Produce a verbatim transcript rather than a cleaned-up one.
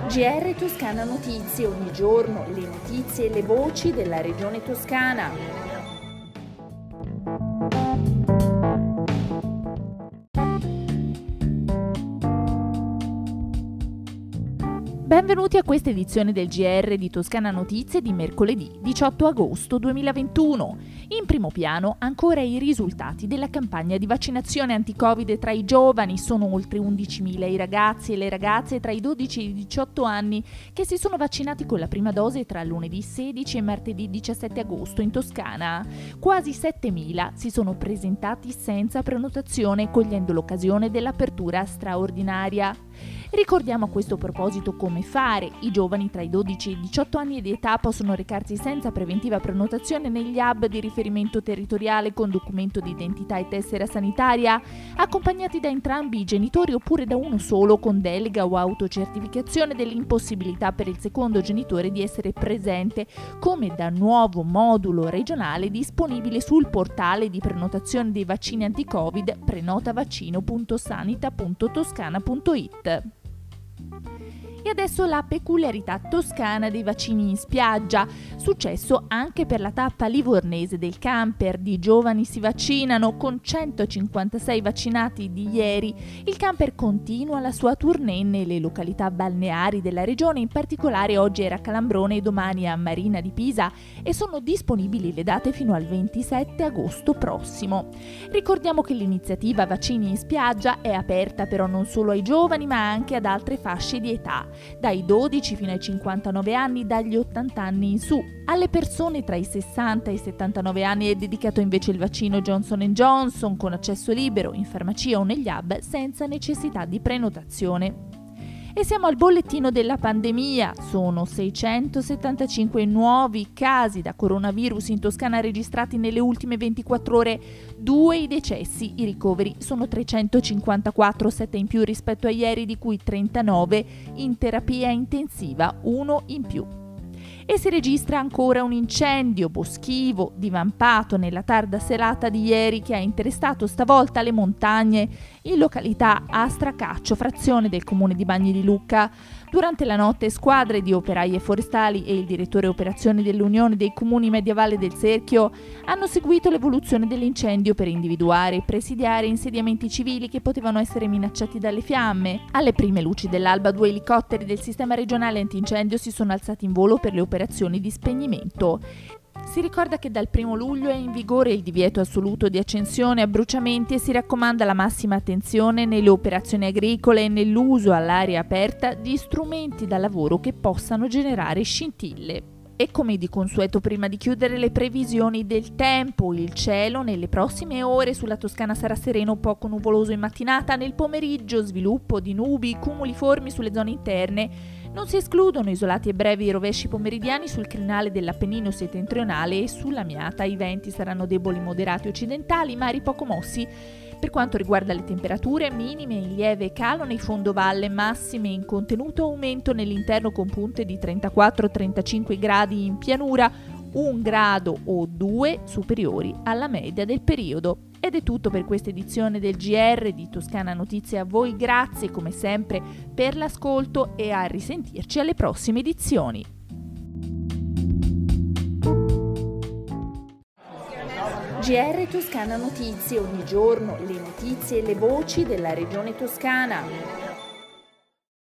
G R Toscana Notizie, ogni giorno le notizie e le voci della regione toscana. Benvenuti a questa edizione del G R di Toscana Notizie di mercoledì diciotto agosto duemilaventuno. In primo piano ancora i risultati della campagna di vaccinazione anti-Covid tra i giovani. Sono oltre undicimila i ragazzi e le ragazze tra i dodici e i diciotto anni che si sono vaccinati con la prima dose tra lunedì sedici e martedì diciassette agosto in Toscana. Quasi settemila si sono presentati senza prenotazione, cogliendo l'occasione dell'apertura straordinaria. Ricordiamo a questo proposito come fare. I giovani tra i dodici e i diciotto anni di età possono recarsi senza preventiva prenotazione negli hub di riferimento territoriale con documento di identità e tessera sanitaria, accompagnati da entrambi i genitori oppure da uno solo con delega o autocertificazione dell'impossibilità per il secondo genitore di essere presente, come da nuovo modulo regionale disponibile sul portale di prenotazione dei vaccini anti-Covid prenotavaccino punto sanita punto toscana punto it. E adesso la peculiarità toscana dei vaccini in spiaggia. Successo anche per la tappa livornese del camper. Di giovani si vaccinano. Con centocinquantasei vaccinati di ieri, il camper continua la sua tournée nelle località balneari della regione. In particolare oggi era a Calambrone e domani a Marina di Pisa, e sono disponibili le date fino al ventisette agosto prossimo. Ricordiamo che l'iniziativa Vaccini in spiaggia è aperta però non solo ai giovani ma anche ad altre fasce di età, dai dodici fino ai cinquantanove anni, dagli ottanta anni in su. Alle persone tra i sessanta e i settantanove anni è dedicato invece il vaccino Johnson and Johnson con accesso libero in farmacia o negli hub senza necessità di prenotazione. E siamo al bollettino della pandemia. Sono seicentosettantacinque nuovi casi da coronavirus in Toscana registrati nelle ultime ventiquattro ore, due i decessi, i ricoveri sono trecentocinquantaquattro, sette in più rispetto a ieri, di cui trentanove in terapia intensiva, uno in più. E si registra ancora un incendio boschivo divampato nella tarda serata di ieri che ha interessato stavolta le montagne in località Astracaccio, frazione del comune di Bagni di Lucca. Durante la notte squadre di operai e forestali e il direttore operazioni dell'Unione dei Comuni Mediavalle del Cerchio hanno seguito l'evoluzione dell'incendio per individuare e presidiare insediamenti civili che potevano essere minacciati dalle fiamme. Alle prime luci dell'alba due elicotteri del sistema regionale antincendio si sono alzati in volo per le operazioni di spegnimento. Si ricorda che dal primo luglio è in vigore il divieto assoluto di accensione a bruciamenti e si raccomanda la massima attenzione nelle operazioni agricole e nell'uso all'aria aperta di strumenti da lavoro che possano generare scintille. E come di consueto, prima di chiudere, le previsioni del tempo. Il cielo nelle prossime ore sulla Toscana sarà sereno, poco nuvoloso in mattinata. Nel pomeriggio sviluppo di nubi cumuliformi sulle zone interne. Non si escludono isolati e brevi rovesci pomeridiani sul crinale dell'Appennino settentrionale e sulla Miata. I venti saranno deboli moderati occidentali, mari poco mossi. Per quanto riguarda le temperature, minime in lieve calo nei fondovalle, massime in contenuto aumento nell'interno con punte di trentaquattro trentacinque gradi in pianura, un grado o due superiori alla media del periodo. Ed è tutto per questa edizione del G R di Toscana Notizie. A voi grazie come sempre per l'ascolto e a risentirci alle prossime edizioni. G R Toscana Notizie, ogni giorno le notizie e le voci della regione toscana.